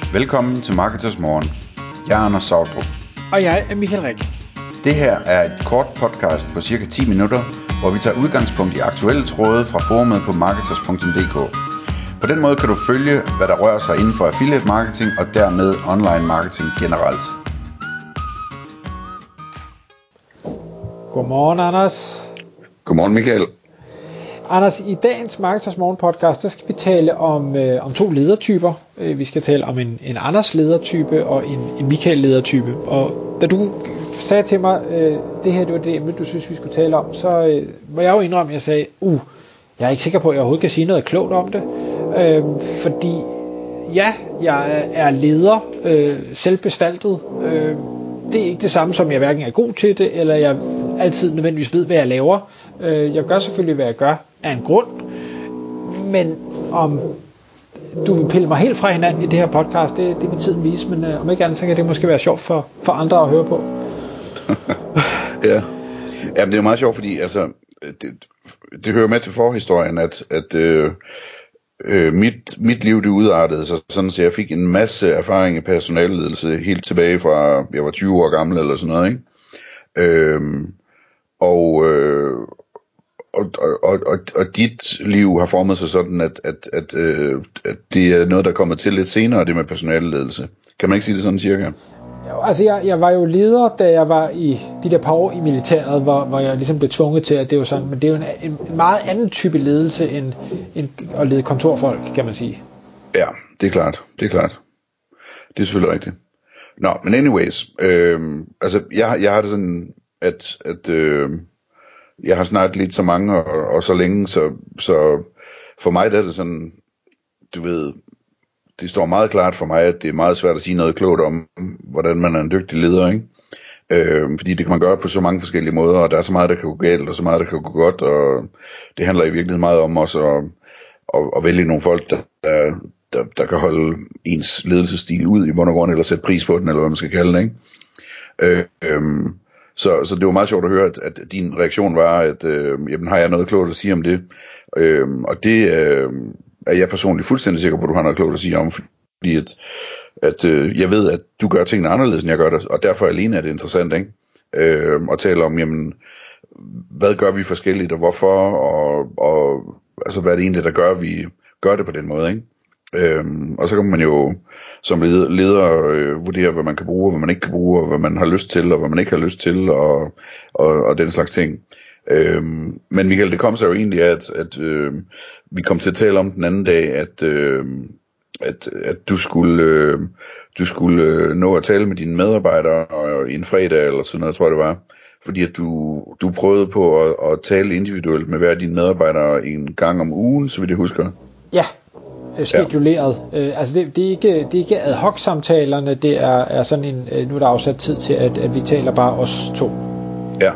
Velkommen til Marketers Morgen. Jeg er Anders Sautrup. Og jeg er Michael Rik. Det her er et kort podcast på cirka 10 minutter, hvor vi tager udgangspunkt i aktuelle tråde fra forumet på marketers.dk. På den måde kan du følge, hvad der rører sig inden for affiliate marketing og dermed online marketing generelt. Godmorgen, Anders. Godmorgen, Michael. Anders, i dagens Marketers Morgen podcast, der skal vi tale om to ledertyper. Vi skal tale om en Anders ledertype og en Michael ledertype. Og da du sagde til mig, det her det var det emne, du synes, vi skulle tale om, så må jeg jo indrømme, at jeg sagde, jeg er ikke sikker på, at jeg overhovedet kan sige noget klogt om det. Fordi ja, jeg er leder, selvbestaltet. Det er ikke det samme som, jeg hverken er god til det, eller jeg altid nødvendigvis ved, hvad jeg laver. Jeg gør selvfølgelig, hvad jeg gør af en grund, men om du vil pille mig helt fra hinanden i det her podcast, det vil tiden vise, men om ikke andet, så kan det måske være sjovt for andre at høre på. Ja, men det er jo meget sjovt, fordi altså, det hører med til forhistorien, at mit liv det udartede sig sådan, så jeg fik en masse erfaring i personaleledelse helt tilbage fra jeg var 20 år gammel eller sådan noget, ikke? Og dit liv har formet sig sådan, at det er noget, der kommer til lidt senere, det med personaleledelse. Kan man ikke sige det sådan cirka? Altså jeg var jo leder, da jeg var i de der par år i militæret, hvor jeg ligesom blev tvunget til, at det var sådan, men det er jo en meget anden type ledelse end at lede kontorfolk, kan man sige. Ja, det er klart. Det er selvfølgelig rigtigt. Nå, men anyways, altså jeg har det sådan, at jeg har snart lidt så mange og så længe, så for mig der er det sådan, du ved, det står meget klart for mig, at det er meget svært at sige noget klogt om, hvordan man er en dygtig leder, ikke? Fordi det kan man gøre på så mange forskellige måder, og der er så meget, der kan gå galt, og så meget, der kan gå godt, og det handler i virkeligheden meget om også at vælge nogle folk, der kan holde ens ledelsesstil ud i bund og grund, eller sætte pris på den, eller hvad man skal kalde den, ikke? Så det var meget sjovt at høre, at din reaktion var, at jamen, har jeg noget klogt at sige om det? Og det er jeg personligt fuldstændig sikker på, at du har noget klogt at sige om, fordi at jeg ved, at du gør tingene anderledes, end jeg gør det, og derfor alene er det interessant, ikke? At tale om, jamen, hvad gør vi forskelligt, og hvorfor, og altså, hvad er det egentlig, der gør, at vi gør det på den måde, ikke? Og så kan man jo som leder vurdere, hvad man kan bruge, og hvad man ikke kan bruge, og hvad man har lyst til, og hvad man ikke har lyst til, og den slags ting. Men Michael, det kom så jo egentlig, at vi kom til at tale om den anden dag, at du skulle nå at tale med dine medarbejdere en fredag eller sådan noget, tror jeg det var. Fordi at du prøvede på at tale individuelt med hver af dine medarbejdere en gang om ugen, så vidt jeg husker. Ja, skeduleret. Ja. Altså det er ikke ad hoc samtalerne, det er sådan en, nu er der afsat tid til, at vi taler bare os to. Ja.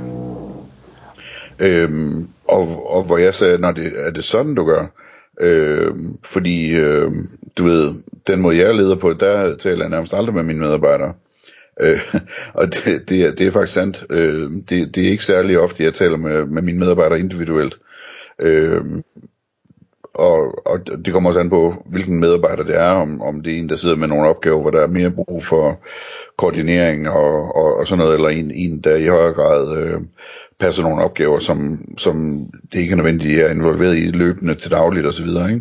Og hvor jeg sagde, er det sådan du gør? Fordi du ved, den måde jeg leder på, der taler jeg nærmest aldrig med mine medarbejdere. Og det er faktisk sandt. Det er ikke særlig ofte jeg taler med mine medarbejdere individuelt. Og det kommer også an på, hvilken medarbejder det er, om det er en, der sidder med nogle opgaver, hvor der er mere brug for koordinering og sådan noget, eller en der i højere grad passer nogle opgaver, som det ikke er nødvendigt er involveret i løbende til dagligt osv., ikke?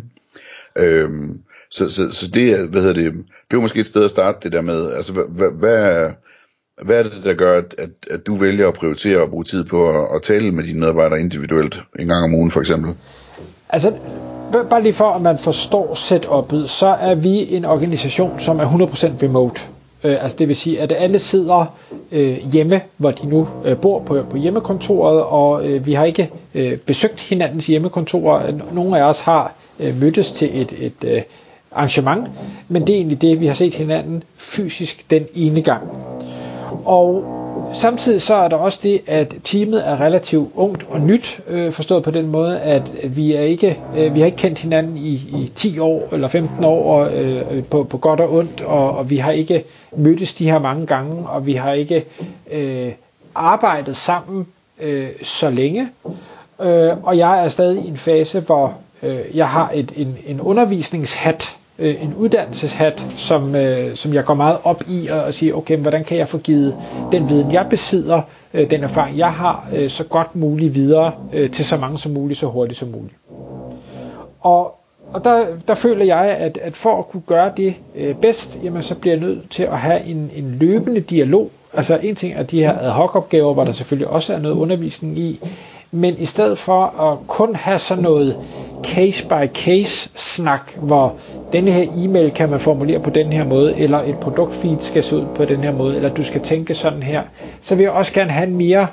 Så det er, det er måske et sted at starte det der med, altså hvad er det, der gør, at du vælger at prioritere og bruge tid på at tale med dine medarbejdere individuelt en gang om ugen for eksempel? Altså, bare lige for, at man forstår setup'et, så er vi en organisation, som er 100% remote. Altså det vil sige, at alle sidder hjemme, hvor de nu bor på hjemmekontoret, og vi har ikke besøgt hinandens hjemmekontorer. Nogle af os har mødtes til et arrangement, men det er egentlig det, vi har set hinanden fysisk den ene gang. Og samtidig så er der også det, at teamet er relativt ungt og nyt, forstået på den måde, at vi har ikke kendt hinanden i 10 år eller 15 år på godt og ondt, og vi har ikke mødtes de her mange gange, og vi har ikke arbejdet sammen så længe. Og jeg er stadig i en fase, hvor jeg har en undervisningshat en uddannelseshat, som jeg går meget op i og siger, okay, hvordan kan jeg få givet den viden, jeg besidder, den erfaring, jeg har, så godt muligt videre til så mange som muligt, så hurtigt som muligt. Og der føler jeg, at for at kunne gøre det bedst, jamen, så bliver jeg nødt til at have en løbende dialog. Altså en ting er de her ad hoc opgaver, hvor der selvfølgelig også er noget undervisning i, men i stedet for at kun have sådan noget case by case snak, hvor denne her e-mail kan man formulere på den her måde, eller et produktfeed skal se ud på den her måde, eller du skal tænke sådan her, så vil jeg også gerne have en mere,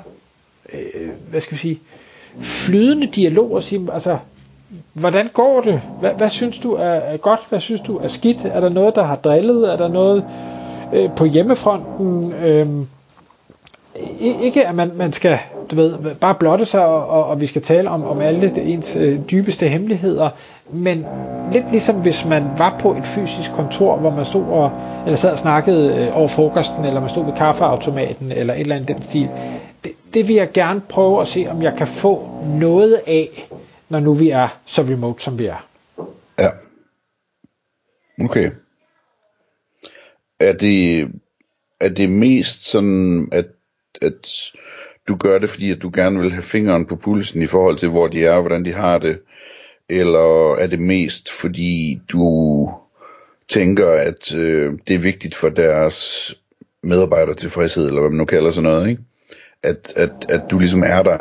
flydende dialog og sige, altså, hvordan går det? Hvad synes du er godt? Hvad synes du er skidt? Er der noget, der har drillet? Er der noget på hjemmefronten? Ikke at man skal, bare blotte sig, og vi skal tale om alle ens dybeste hemmeligheder, men lidt ligesom hvis man var på et fysisk kontor, hvor man stod eller sad og snakkede over frokosten, eller man stod ved kaffeautomaten, eller et eller andet den stil. Det vil jeg gerne prøve at se, om jeg kan få noget af, når nu vi er så remote, som vi er. Ja. Okay. Er det mest sådan, at du gør det, fordi at du gerne vil have fingeren på pulsen i forhold til, hvor de er, og hvordan de har det? Eller er det mest, fordi du tænker, at det er vigtigt for deres medarbejdertilfredshed, eller hvad man nu kalder sådan noget, ikke? At du ligesom er der?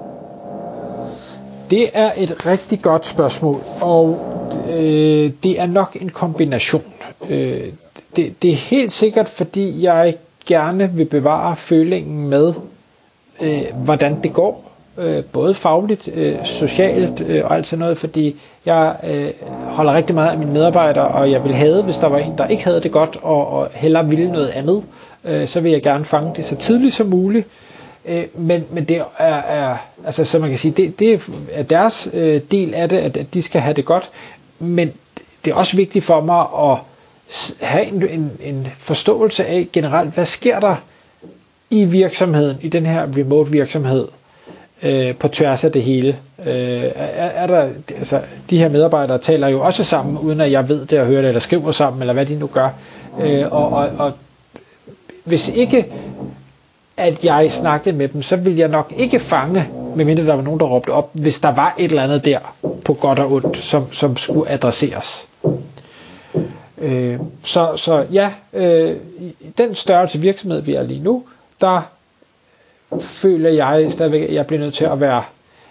Det er et rigtig godt spørgsmål, og det er nok en kombination. Det er helt sikkert, fordi jeg gerne vil bevare følingen med, hvordan det går, både fagligt, socialt og alt sådan noget, fordi jeg holder rigtig meget af mine medarbejdere, og jeg vil have, hvis der var en, der ikke havde det godt, og hellere ville noget andet, så vil jeg gerne fange det så tidligt som muligt. Men det er altså, så man kan sige, det er deres del af det, at de skal have det godt, men det er også vigtigt for mig at have en forståelse af generelt, hvad sker der i virksomheden, i den her remote virksomhed, på tværs af det hele. Er der, altså, de her medarbejdere taler jo også sammen, uden at jeg ved det og hører det, eller skriver sammen, eller hvad de nu gør. Og hvis ikke at jeg snakkede med dem, så ville jeg nok ikke fange, medmindre der var nogen, der råbte op, hvis der var et eller andet der, på godt og ondt, som skulle adresseres. Så ja, den størrelse virksomhed, vi er lige nu, der føler jeg stadigvæk, at jeg bliver nødt til at være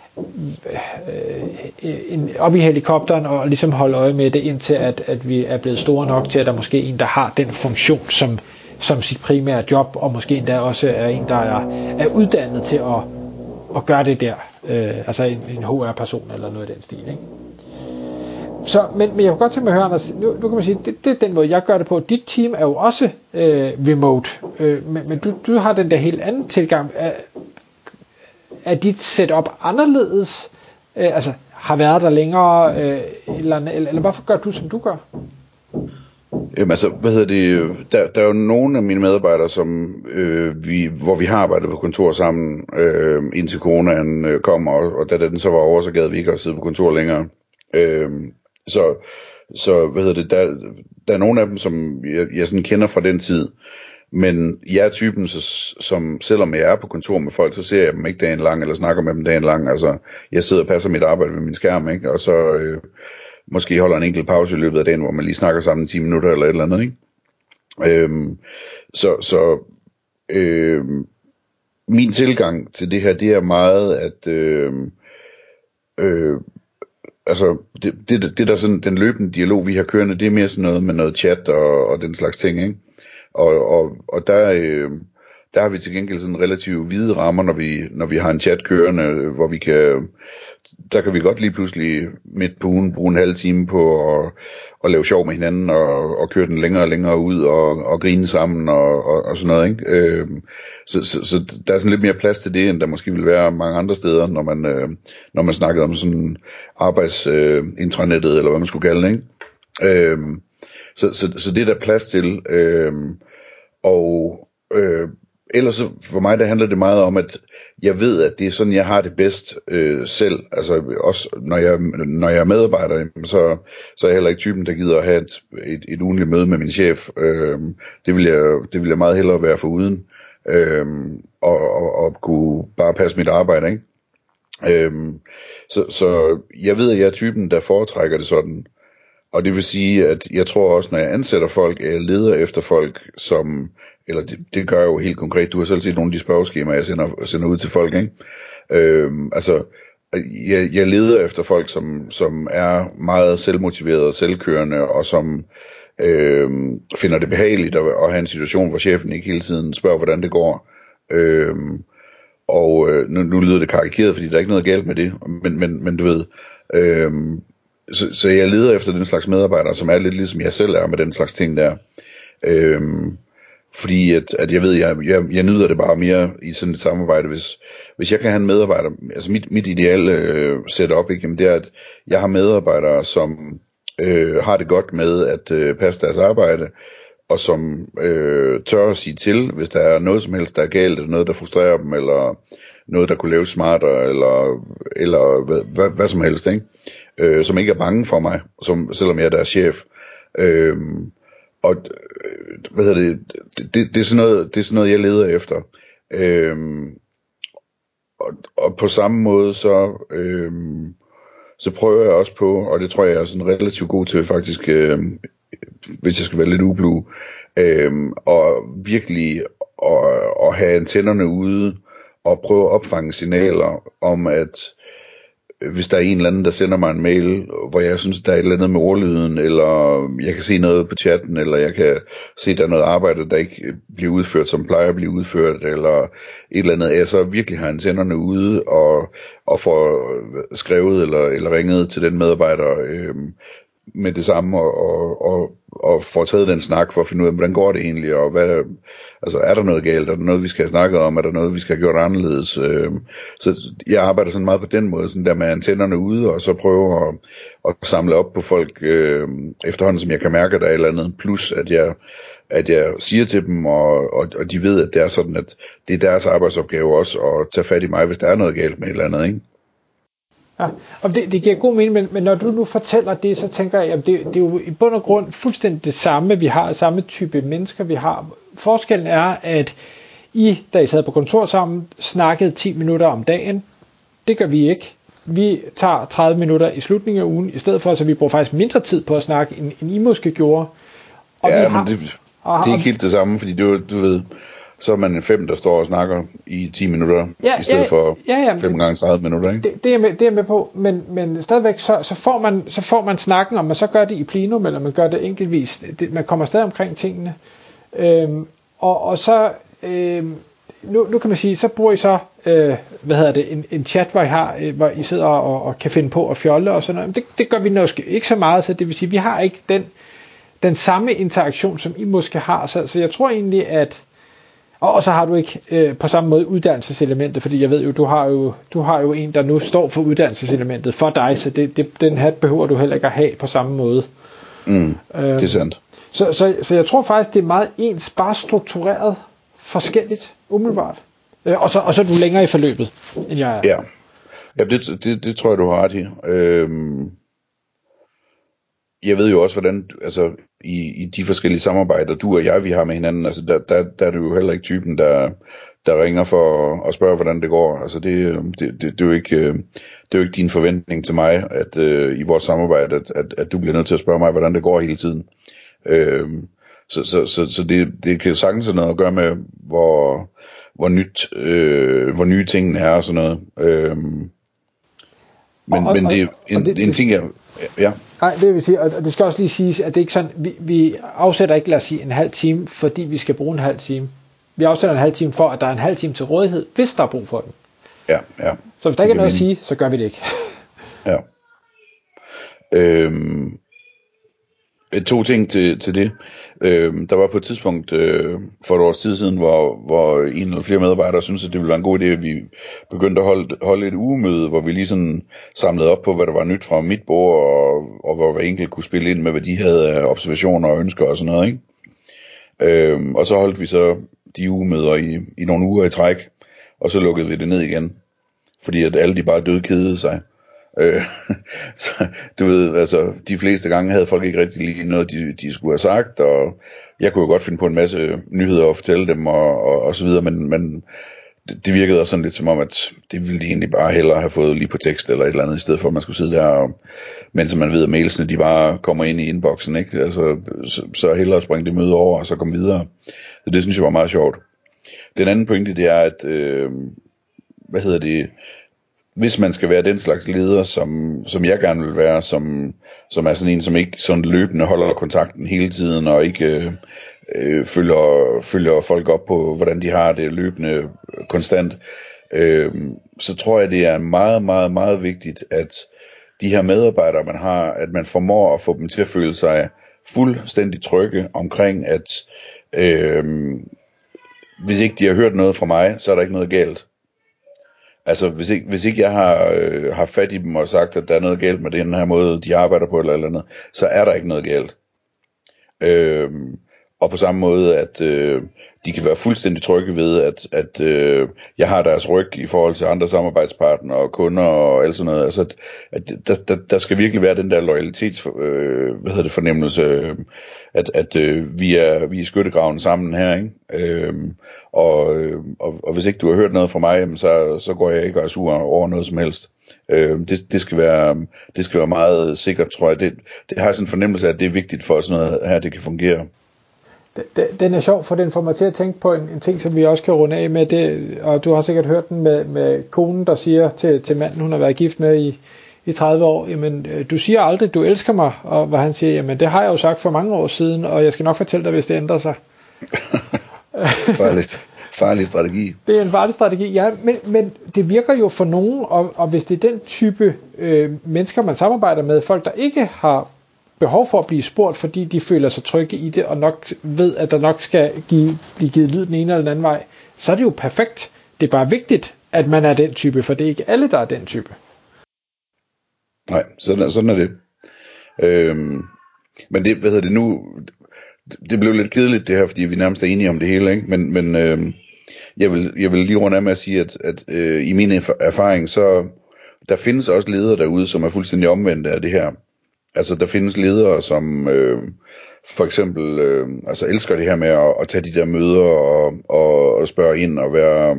op i helikopteren og ligesom holde øje med det, indtil at vi er blevet store nok til, at der måske er en, der har den funktion som sit primære job, og måske endda også er en, der er uddannet til at gøre det der. Altså en HR-person eller noget af den stil, ikke? Så, men jeg kunne godt tænke mig at høre, Anders, nu kan man sige, det er den måde, jeg gør det på. Dit team er jo også remote, men du har den der helt anden tilgang. Er dit setup anderledes? Altså, har været der længere, eller hvorfor gør du, som du gør? Jamen altså, der er jo nogle af mine medarbejdere, hvor vi har arbejdet på kontor sammen, indtil coronaen kom, og da den så var over, så gad vi ikke at sidde på kontor længere. Så der er nogle af dem, som jeg sådan kender fra den tid, men jeg er typen, som selvom jeg er på kontor med folk, så ser jeg dem ikke dagen lang, eller snakker med dem dagen lang. Altså, jeg sidder og passer mit arbejde ved min skærm, ikke? Og så måske holder en enkelt pause i løbet af dagen, hvor man lige snakker sammen 10 minutter eller et eller andet, ikke? Min tilgang til det her, det er meget, at altså det der sådan den løbende dialog vi har kørende, det er mere sådan noget med noget chat og den slags ting, ikke? Og der har vi til gengæld sådan relativt hvide rammer, når vi har en chat kørende, hvor der kan vi godt lige pludselig midt på ugen bruge en halv time på at lave sjov med hinanden og køre den længere og længere ud og grine sammen og sådan noget, ikke? Så der er sådan lidt mere plads til det, end der måske vil være mange andre steder, når man snakkede om sådan arbejdsintranettet, eller hvad man skulle kalde det, ikke? Så det er der plads til, ellers så for mig, der handler det meget om, at jeg ved, at det er sådan, jeg har det bedst selv. Altså også når jeg er medarbejder, så er jeg heller ikke typen, der gider at have et ugentligt møde med min chef. Det vil jeg meget hellere være foruden. Og kunne bare passe mit arbejde, ikke? Så jeg ved, at jeg er typen, der foretrækker det sådan. Og det vil sige, at jeg tror også, når jeg ansætter folk, jeg leder efter folk, som, eller det gør jeg jo helt konkret, du har selv set nogle af de spørgeskemaer, jeg sender ud til folk, ikke? Altså, jeg leder efter folk, som er meget selvmotiverede og selvkørende, og som finder det behageligt at have en situation, hvor chefen ikke hele tiden spørger, hvordan det går. Nu lyder det karikeret, fordi der er ikke noget galt med det, men du ved, så jeg leder efter den slags medarbejdere, som er lidt ligesom jeg selv er med den slags ting der. Fordi at jeg ved, jeg nyder det bare mere i sådan et samarbejde, hvis jeg kan have en medarbejder, altså mit ideale setup, ikke, jamen det er, at jeg har medarbejdere, som har det godt med at passe deres arbejde, og som tør at sige til, hvis der er noget som helst, der er galt, eller noget, der frustrerer dem, eller noget, der kunne laves smartere, eller hvad som helst, ikke? Som ikke er bange for mig, selvom jeg er deres chef. Og hvad hedder det er sådan noget, jeg leder efter. Og på samme måde, så prøver jeg også på, og det tror jeg er sådan relativt god til faktisk, hvis jeg skal være lidt ublu, og virkelig at have antennerne ude, og prøve at opfange signaler om, at hvis der er en eller anden, der sender mig en mail, hvor jeg synes, der er et eller andet med ordlyden, eller jeg kan se noget på chatten, eller jeg kan se, der er noget arbejde, der ikke bliver udført, som plejer at blive udført, eller et eller andet, jeg så virkelig har antennerne ude, og får skrevet eller ringet til den medarbejder med det samme, og får taget den snak for at finde ud af, hvordan går det egentlig, og hvad, altså er der noget galt, er der noget vi skal have snakket om, er der noget vi skal have gjort anderledes, så jeg arbejder sådan meget på den måde, sådan der med antennerne ude, og så prøver at samle op på folk efterhånden, som jeg kan mærke, at der er et eller andet, plus at jeg siger til dem, og de ved, at det er sådan, at det er deres arbejdsopgave også, at tage fat i mig, hvis der er noget galt med et eller andet, ikke? Ja, og det giver god mening, men når du nu fortæller det, så tænker jeg, at det er jo i bund og grund fuldstændig det samme, vi har, samme type mennesker, vi har. Forskellen er, at da I sad på kontor sammen, snakkede 10 minutter om dagen. Det gør vi ikke. Vi tager 30 minutter i slutningen af ugen, i stedet for, så vi bruger faktisk mindre tid på at snakke, end I måske gjorde. Og ja, men det er ikke helt det samme, fordi du ved, så er man en 5, der står og snakker i 10 minutter, i stedet for 5 gange 30 minutter, ikke? Det er jeg med på, men stadigvæk, så får man snakken, om man så gør det i plenum, eller man gør det enkeltvis. Man kommer stadig omkring tingene. Og så, nu kan man sige, så bruger I så, en chat, hvor I sidder og kan finde på at fjolle og sådan noget. Det gør vi måske ikke så meget, så det vil sige, vi har ikke den samme interaktion, som I måske har. Så jeg tror egentlig, at og så har du ikke på samme måde uddannelseselementet, fordi jeg ved jo, du har jo en, der nu står for uddannelseselementet for dig, så den hat behøver du heller ikke at have på samme måde. Det er sandt. Så jeg tror faktisk, det er meget ens, bare struktureret forskelligt, umiddelbart. Og så er du længere i forløbet, end jeg er. Ja, det tror jeg, du har ret i. Jeg ved jo også, hvordan, altså i de forskellige samarbejder, du og jeg, vi har med hinanden, altså der er du jo heller ikke typen, der ringer for at spørge, hvordan det går. Altså det er jo ikke din forventning til mig, at i vores samarbejde, at du bliver nødt til at spørge mig, hvordan det går hele tiden. Så det kan sagtens have noget at gøre med, hvor nye tingene er og sådan noget. Men det er en ting, jeg... Ja. Nej, det vil sige, og det skal også lige siges, at det ikke sådan, vi afsætter ikke, lad os sige, en halv time, fordi vi skal bruge en halv time. Vi afsætter en halv time for, at der er en halv time til rådighed, hvis der er brug for den. Ja. Så hvis der ikke er noget at sige, så gør vi det ikke. Ja. 2 ting til det. Der var på et tidspunkt for et års tid siden, hvor en eller flere medarbejdere syntes, at det ville være en god idé, at vi begyndte at holde et ugemøde, hvor vi lige sådan samlede op på, hvad der var nyt fra mit bord, og hvor hver enkelt kunne spille ind med, hvad de havde af observationer og ønsker og sådan noget, ikke? Og så holdt vi så de ugemøder i nogle uger i træk, og så lukkede vi det ned igen, fordi at alle de bare dødkedede sig. Så du ved, altså de fleste gange havde folk ikke rigtig lige noget de skulle have sagt, og jeg kunne jo godt finde på en masse nyheder og fortælle dem og så videre, men det virkede også sådan lidt som om, at det ville de egentlig bare hellere have fået lige på tekst eller et eller andet, i stedet for at man skulle sidde der, og, mens man ved, at mailsene de bare kommer ind i inboxen, ikke? Altså, så hellere springe det møde over, og så komme videre. Så det synes jeg var meget sjovt. Den anden pointe, det er, at hvis man skal være den slags leder, som jeg gerne vil være, som er sådan en, som ikke sådan løbende holder kontakten hele tiden, og ikke følger folk op på, hvordan de har det løbende konstant, så tror jeg, det er meget, meget, meget vigtigt, at de her medarbejdere, man har, at man formår at få dem til at føle sig fuldstændig trygge omkring, at hvis ikke de har hørt noget fra mig, så er der ikke noget galt. Altså hvis ikke jeg har fat i dem og sagt, at der er noget galt med den her måde, de arbejder på eller andet, så er der ikke noget galt. Og på samme måde, at de kan være fuldstændig trygge ved, at jeg har deres ryg i forhold til andre samarbejdspartnere og kunder og alt sådan noget. Altså, at der skal virkelig være den der fornemmelse, at vi er i skyttegraven sammen her, ikke? Og hvis ikke du har hørt noget fra mig, så går jeg ikke og er sur over noget som helst. Det skal være meget sikkert, tror jeg. Det har jeg sådan en fornemmelse af, at det er vigtigt for sådan noget her, det kan fungere. Den er sjov, for den får mig til at tænke på en ting, som vi også kan runde af med det, og du har sikkert hørt den med konen, der siger til manden, hun har været gift med i 30 år, jamen du siger aldrig, du elsker mig, og hvor han siger, jamen det har jeg jo sagt for mange år siden, og jeg skal nok fortælle dig, hvis det ændrer sig. Farlig strategi. Det er en farlig strategi, ja, men det virker jo for nogen, og hvis det er den type mennesker, man samarbejder med, folk der ikke har behov for at blive spurgt, fordi de føler sig trygge i det, og nok ved, at der nok skal blive givet lyd den ene eller den anden vej, så er det jo perfekt. Det er bare vigtigt, at man er den type, for det er ikke alle, der er den type. Nej, sådan er det. Men det, nu, det blev lidt kedeligt det her, fordi vi nærmest er enige om det hele, ikke? Men jeg vil lige runde af med at sige, at i min erfaring, så der findes også ledere derude, som er fuldstændig omvendte af det her. Altså der findes ledere, som for eksempel elsker det her med at tage de der møder og spørge ind og være,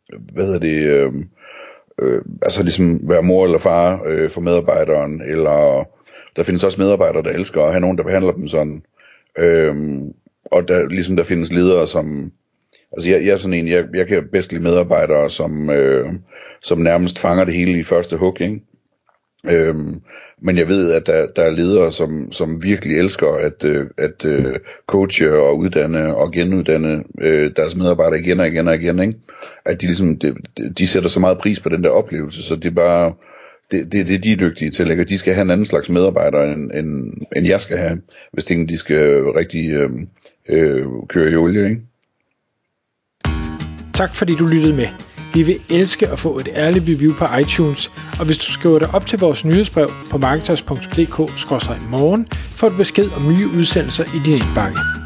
ligesom være mor eller far for medarbejderen, eller der findes også medarbejdere, der elsker at have nogen, der behandler dem sådan. Og der findes ledere, som, altså jeg er sådan en, jeg kan bedst lide medarbejdere, som nærmest fanger det hele i første hug, ikke? Men jeg ved, at der er ledere, som virkelig elsker at coache og uddanne og genuddanne deres medarbejdere igen og igen og igen, ikke? At de ligesom de sætter så meget pris på den der oplevelse, så det er bare det de er dygtige til, ikke? De skal have en anden slags medarbejdere end jeg skal have, hvis tingene de skal rigtig køre i olie, ikke? Tak fordi du lyttede med. Vi vil elske at få et ærligt review på iTunes, og hvis du skriver dig op til vores nyhedsbrev på marketers.dk/morgen, får du besked om nye udsendelser i din indbakke.